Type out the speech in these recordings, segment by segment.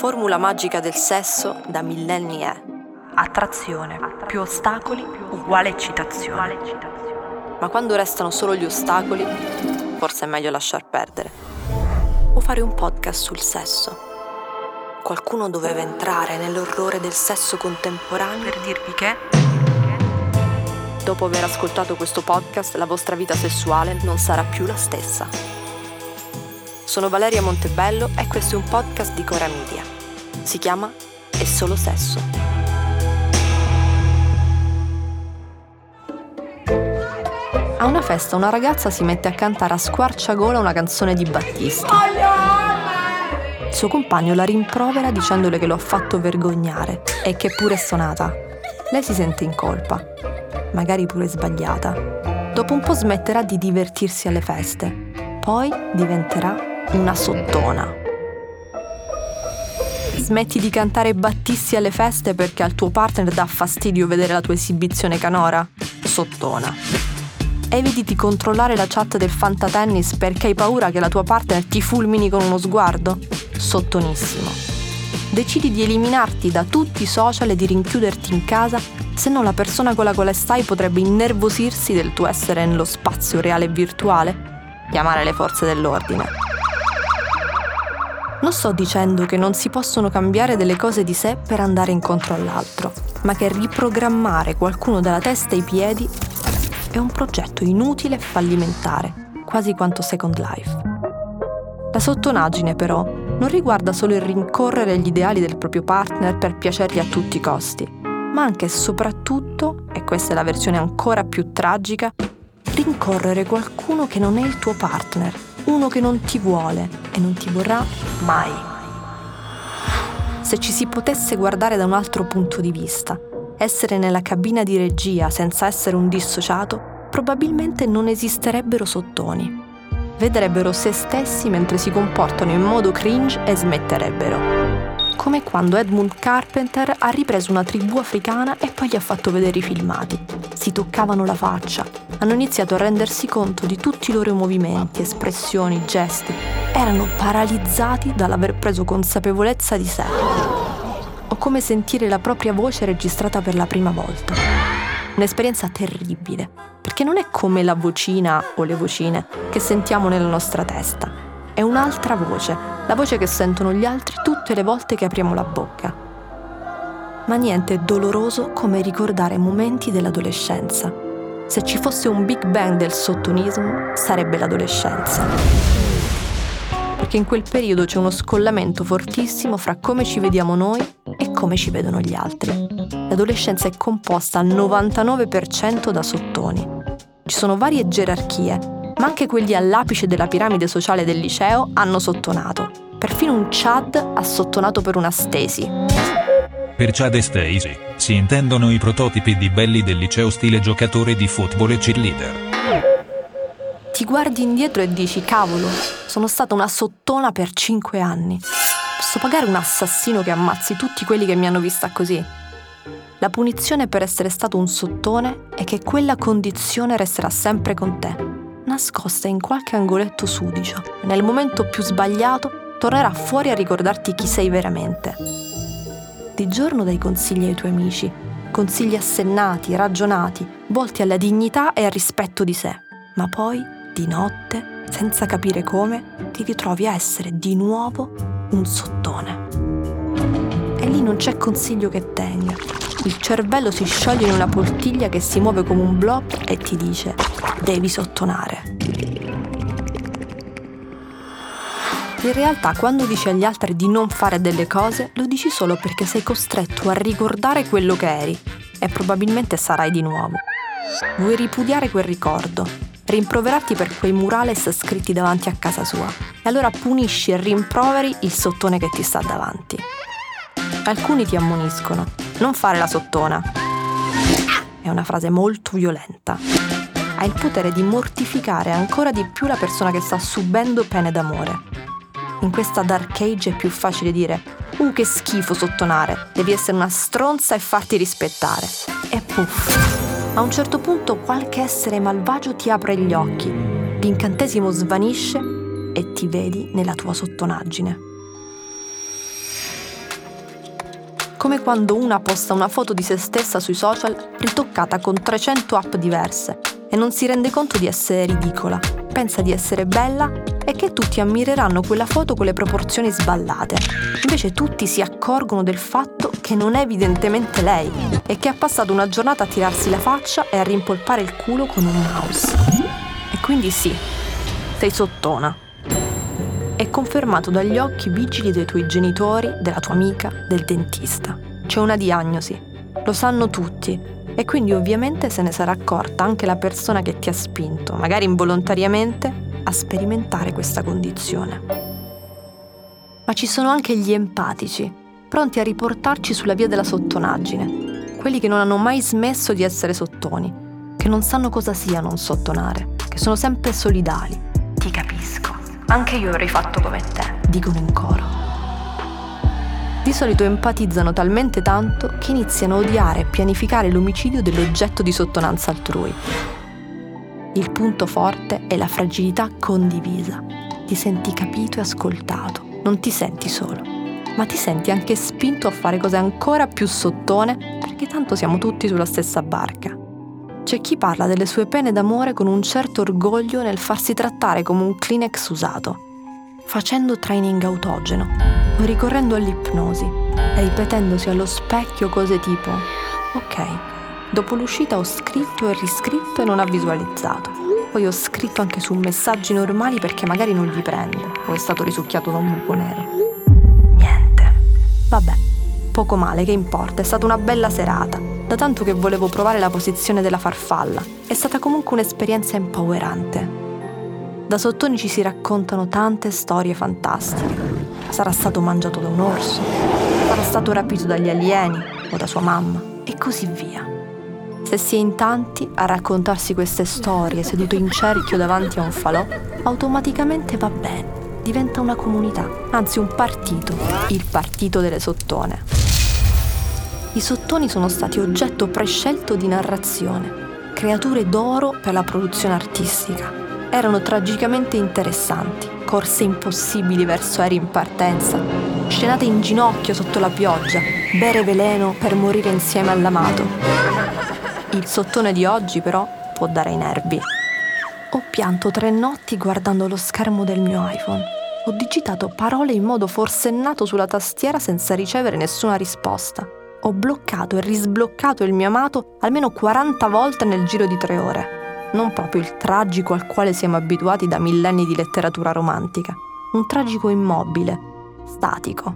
formula magica del sesso da millenni è: attrazione più ostacoli uguale eccitazione. Ma quando restano solo gli ostacoli, forse è meglio lasciar perdere. O fare un podcast sul sesso. Qualcuno doveva entrare nell'orrore del sesso contemporaneo per dirvi che, dopo aver ascoltato questo podcast, la vostra vita sessuale non sarà più la stessa. Sono Valeria Montebello e questo è un podcast di Cora Media. Si chiama È solo sesso. A una festa una ragazza si mette a cantare a squarciagola una canzone di Battisti. Il suo compagno la rimprovera dicendole che lo ha fatto vergognare e che pure è stonata. Lei si sente in colpa, magari pure sbagliata. Dopo un po' smetterà di divertirsi alle feste, poi diventerà una sottona. Smetti di cantare Battisti alle feste perché al tuo partner dà fastidio vedere la tua esibizione canora? Sottona. Eviti di controllare la chat del fantatennis perché hai paura che la tua partner ti fulmini con uno sguardo? Sottonissimo. Decidi di eliminarti da tutti i social e di rinchiuderti in casa, se no la persona con la quale stai potrebbe innervosirsi del tuo essere nello spazio reale e virtuale. Chiamare le forze dell'ordine. Non sto dicendo che non si possono cambiare delle cose di sé per andare incontro all'altro, ma che riprogrammare qualcuno dalla testa ai piedi è un progetto inutile e fallimentare, quasi quanto Second Life. La sottonaggine, però, non riguarda solo il rincorrere gli ideali del proprio partner per piacergli a tutti i costi, ma anche e soprattutto, e questa è la versione ancora più tragica, rincorrere qualcuno che non è il tuo partner, uno che non ti vuole e non ti vorrà mai. Se ci si potesse guardare da un altro punto di vista, essere nella cabina di regia senza essere un dissociato, probabilmente non esisterebbero sottoni. Vedrebbero se stessi mentre si comportano in modo cringe e smetterebbero. Come quando Edmund Carpenter ha ripreso una tribù africana e poi gli ha fatto vedere i filmati. Si toccavano la faccia, hanno iniziato a rendersi conto di tutti i loro movimenti, espressioni, gesti. Erano paralizzati dall'aver preso consapevolezza di sé. O come sentire la propria voce registrata per la prima volta. Un'esperienza terribile, perché non è come la vocina o le vocine che sentiamo nella nostra testa. È un'altra voce, la voce che sentono gli altri tutte le volte che apriamo la bocca. Ma niente è doloroso come ricordare momenti dell'adolescenza. Se ci fosse un Big Bang del sottonismo, sarebbe l'adolescenza. Perché in quel periodo c'è uno scollamento fortissimo fra come ci vediamo noi e come ci vedono gli altri. L'adolescenza è composta al 99% da sottoni. Ci sono varie gerarchie, ma anche quelli all'apice della piramide sociale del liceo hanno sottonato. Perfino un Chad ha sottonato per una Stacy. Per Chad e Stacy si intendono i prototipi di belli del liceo stile giocatore di football e cheerleader. Ti guardi indietro e dici: cavolo, sono stata una sottona per 5 anni. Posso pagare un assassino che ammazzi tutti quelli che mi hanno vista così? La punizione per essere stato un sottone è che quella condizione resterà sempre con te, nascosta in qualche angoletto sudicio. Nel momento più sbagliato tornerà fuori a ricordarti chi sei veramente. Di giorno dai consigli ai tuoi amici, consigli assennati, ragionati, volti alla dignità e al rispetto di sé. Ma poi, di notte, senza capire come, ti ritrovi a essere di nuovo un sottone. E lì non c'è consiglio che tenga. Il cervello si scioglie in una poltiglia che si muove come un blob e ti dice: devi sottonare. In realtà, quando dici agli altri di non fare delle cose, lo dici solo perché sei costretto a ricordare quello che eri, e probabilmente sarai di nuovo. Vuoi ripudiare quel ricordo, rimproverarti per quei murales scritti davanti a casa sua, e allora punisci e rimproveri il sottone che ti sta davanti. Alcuni ti ammoniscono: non fare la sottona. È una frase molto violenta. Ha il potere di mortificare ancora di più la persona che sta subendo pene d'amore. In questa dark age è più facile dire: che schifo sottonare, devi essere una stronza e farti rispettare. E puff, a un certo punto qualche essere malvagio ti apre gli occhi, l'incantesimo svanisce e ti vedi nella tua sottonaggine. come quando una posta una foto di se stessa sui social ritoccata con 300 app diverse e non si rende conto di essere ridicola, pensa di essere bella e che tutti ammireranno quella foto con le proporzioni sballate. Invece tutti si accorgono del fatto che non è evidentemente lei e che ha passato una giornata a tirarsi la faccia e a rimpolpare il culo con un mouse. E quindi sì, sei sottona. È confermato dagli occhi vigili dei tuoi genitori, della tua amica, del dentista. C'è una diagnosi, lo sanno tutti, e quindi ovviamente se ne sarà accorta anche la persona che ti ha spinto, magari involontariamente, a sperimentare questa condizione. Ma ci sono anche gli empatici, pronti a riportarci sulla via della sottonaggine, quelli che non hanno mai smesso di essere sottoni, che non sanno cosa sia non sottonare, che sono sempre solidali. Ti capisco. Anche io avrei fatto come te, dicono in coro. Di solito empatizzano talmente tanto che iniziano a odiare e pianificare l'omicidio dell'oggetto di sottonanza altrui. Il punto forte è la fragilità condivisa. Ti senti capito e ascoltato. Non ti senti solo, ma ti senti anche spinto a fare cose ancora più sottone perché tanto siamo tutti sulla stessa barca. C'è chi parla delle sue pene d'amore con un certo orgoglio nel farsi trattare come un Kleenex usato, facendo training autogeno o ricorrendo all'ipnosi e ripetendosi allo specchio cose tipo «Ok, dopo l'uscita ho scritto e riscritto e non ha visualizzato. Poi ho scritto anche su messaggi normali perché magari non gli prende o è stato risucchiato da un buco nero». Niente. Vabbè, poco male, che importa, è stata una bella serata. Da tanto che volevo provare la posizione della farfalla. È stata comunque un'esperienza empowerante. Da sottoni ci si raccontano tante storie fantastiche. Sarà stato mangiato da un orso, sarà stato rapito dagli alieni o da sua mamma, e così via. Se si è in tanti a raccontarsi queste storie seduto in cerchio davanti a un falò, automaticamente va bene, diventa una comunità, anzi un partito, il partito delle sottone. I sottoni sono stati oggetto prescelto di narrazione, creature d'oro per la produzione artistica. Erano tragicamente interessanti, corse impossibili verso aerei in partenza, scenate in ginocchio sotto la pioggia, bere veleno per morire insieme all'amato. Il sottone di oggi, però, può dare ai nervi. Ho pianto 3 notti guardando lo schermo del mio iPhone. Ho digitato parole in modo forsennato sulla tastiera senza ricevere nessuna risposta. Ho bloccato e risbloccato il mio amato almeno 40 volte nel giro di 3 ore. Non proprio il tragico al quale siamo abituati da millenni di letteratura romantica. Un tragico immobile, statico.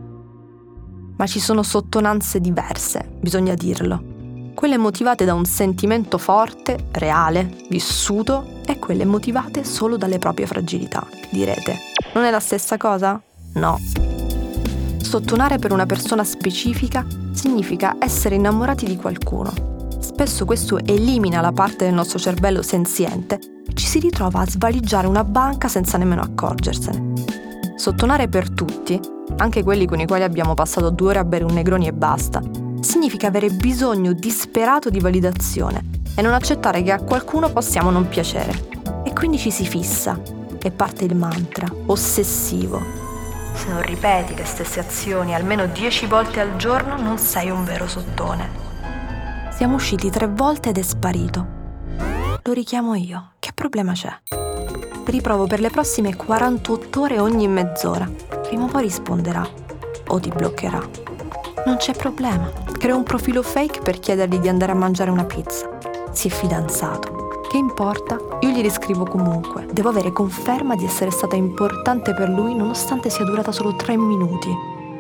Ma ci sono sottonanze diverse, bisogna dirlo. Quelle motivate da un sentimento forte, reale, vissuto, e quelle motivate solo dalle proprie fragilità. Direte, non è la stessa cosa? No. Sottonare per una persona specifica significa essere innamorati di qualcuno. Spesso questo elimina la parte del nostro cervello senziente e ci si ritrova a svaligiare una banca senza nemmeno accorgersene. Sottonare per tutti, anche quelli con i quali abbiamo passato 2 ore a bere un Negroni e basta, significa avere bisogno disperato di validazione e non accettare che a qualcuno possiamo non piacere. E quindi ci si fissa e parte il mantra ossessivo. Se non ripeti le stesse azioni almeno 10 volte al giorno, non sei un vero sottone. Siamo usciti 3 volte ed è sparito. Lo richiamo io. Che problema c'è? Riprovo per le prossime 48 ore ogni mezz'ora. Prima o poi risponderà. O ti bloccherà. Non c'è problema. Creo un profilo fake per chiedergli di andare a mangiare una pizza. Si è fidanzato. Che importa? Io gli riscrivo comunque. Devo avere conferma di essere stata importante per lui nonostante sia durata solo 3 minuti.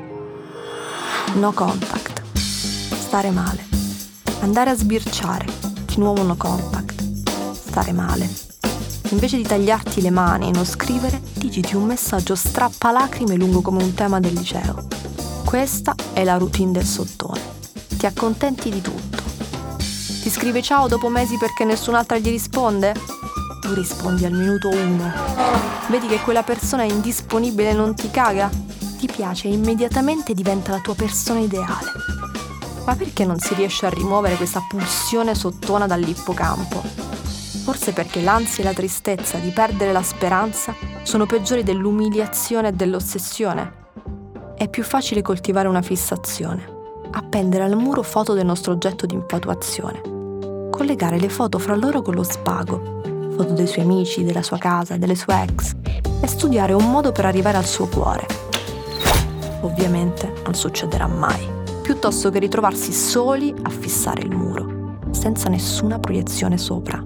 No contact. Stare male. Andare a sbirciare. Di nuovo no contact. Stare male. Invece di tagliarti le mani e non scrivere, digiti un messaggio strappalacrime lungo come un tema del liceo. Questa è la routine del sottone. Ti accontenti di tutto. Ti scrive ciao dopo mesi perché nessun'altra gli risponde? Tu rispondi al minuto 1. Vedi che quella persona è indisponibile e non ti caga? Ti piace e immediatamente diventa la tua persona ideale. Ma perché non si riesce a rimuovere questa pulsione sottona dall'ippocampo? Forse perché l'ansia e la tristezza di perdere la speranza sono peggiori dell'umiliazione e dell'ossessione. È più facile coltivare una fissazione. appendere al muro foto del nostro oggetto di infatuazione, collegare le foto fra loro con lo spago, foto dei suoi amici, della sua casa, delle sue ex, e studiare un modo per arrivare al suo cuore. Ovviamente non succederà mai, piuttosto che ritrovarsi soli a fissare il muro, senza nessuna proiezione sopra.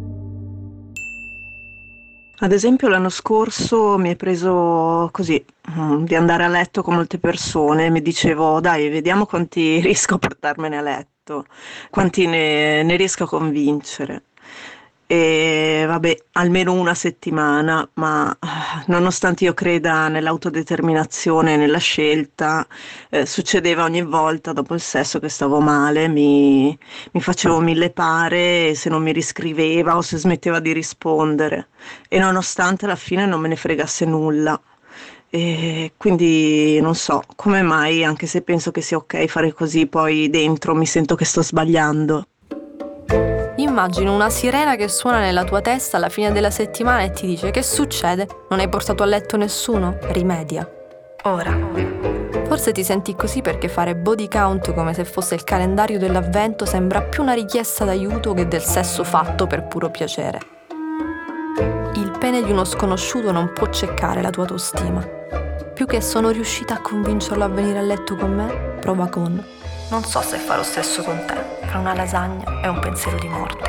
Ad esempio l'anno scorso mi è preso così di andare a letto con molte persone, mi dicevo dai vediamo quanti riesco a portarmene a letto, quanti ne riesco a convincere. E vabbè, almeno una settimana, ma nonostante io creda nell'autodeterminazione e nella scelta, succedeva ogni volta dopo il sesso che stavo male, mi facevo mille pare e se non mi riscriveva o se smetteva di rispondere, e nonostante alla fine non me ne fregasse nulla. E quindi non so come mai, anche se penso che sia ok fare così, poi dentro mi sento che sto sbagliando. Immagino una sirena che suona nella tua testa alla fine della settimana e ti dice: che succede? Non hai portato a letto nessuno? Rimedia. Ora. Forse ti senti così perché fare body count come se fosse il calendario dell'avvento sembra più una richiesta d'aiuto che del sesso fatto per puro piacere. Il pene di uno sconosciuto non può ceccare la tua autostima. Più che sono riuscita a convincerlo a venire a letto con me, prova con: non so se farò sesso con te, fra una lasagna e un pensiero di morte.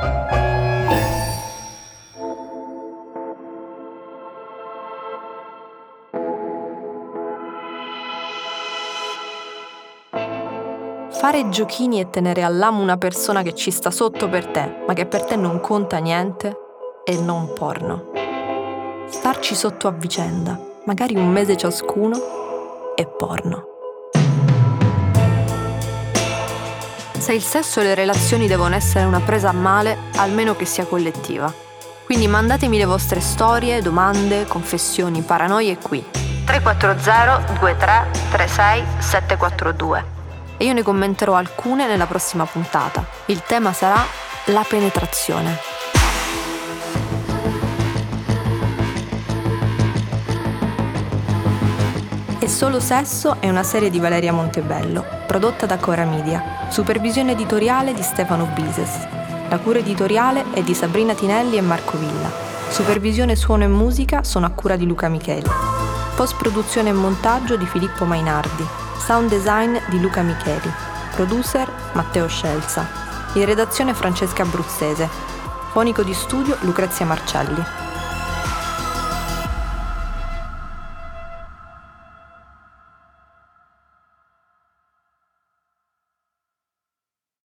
Fare giochini e tenere all'amo una persona che ci sta sotto per te, ma che per te non conta niente, è non porno. Starci sotto a vicenda, magari un mese ciascuno, è porno. Se il sesso e le relazioni devono essere una presa a male, almeno che sia collettiva. Quindi mandatemi le vostre storie, domande, confessioni, paranoie qui. 340 23 36 742. E io ne commenterò alcune nella prossima puntata. Il tema sarà la penetrazione. E Solo Sesso è una serie di Valeria Montebello, prodotta da Cora Media, supervisione editoriale di Stefano Bises. La cura editoriale è di Sabrina Tinelli e Marco Villa. Supervisione suono e musica sono a cura di Luca Micheli. Post-produzione e montaggio di Filippo Mainardi. Sound design di Luca Micheli. Producer Matteo Scelsa. In redazione Francesca Abruzzese. Fonico di studio Lucrezia Marcelli.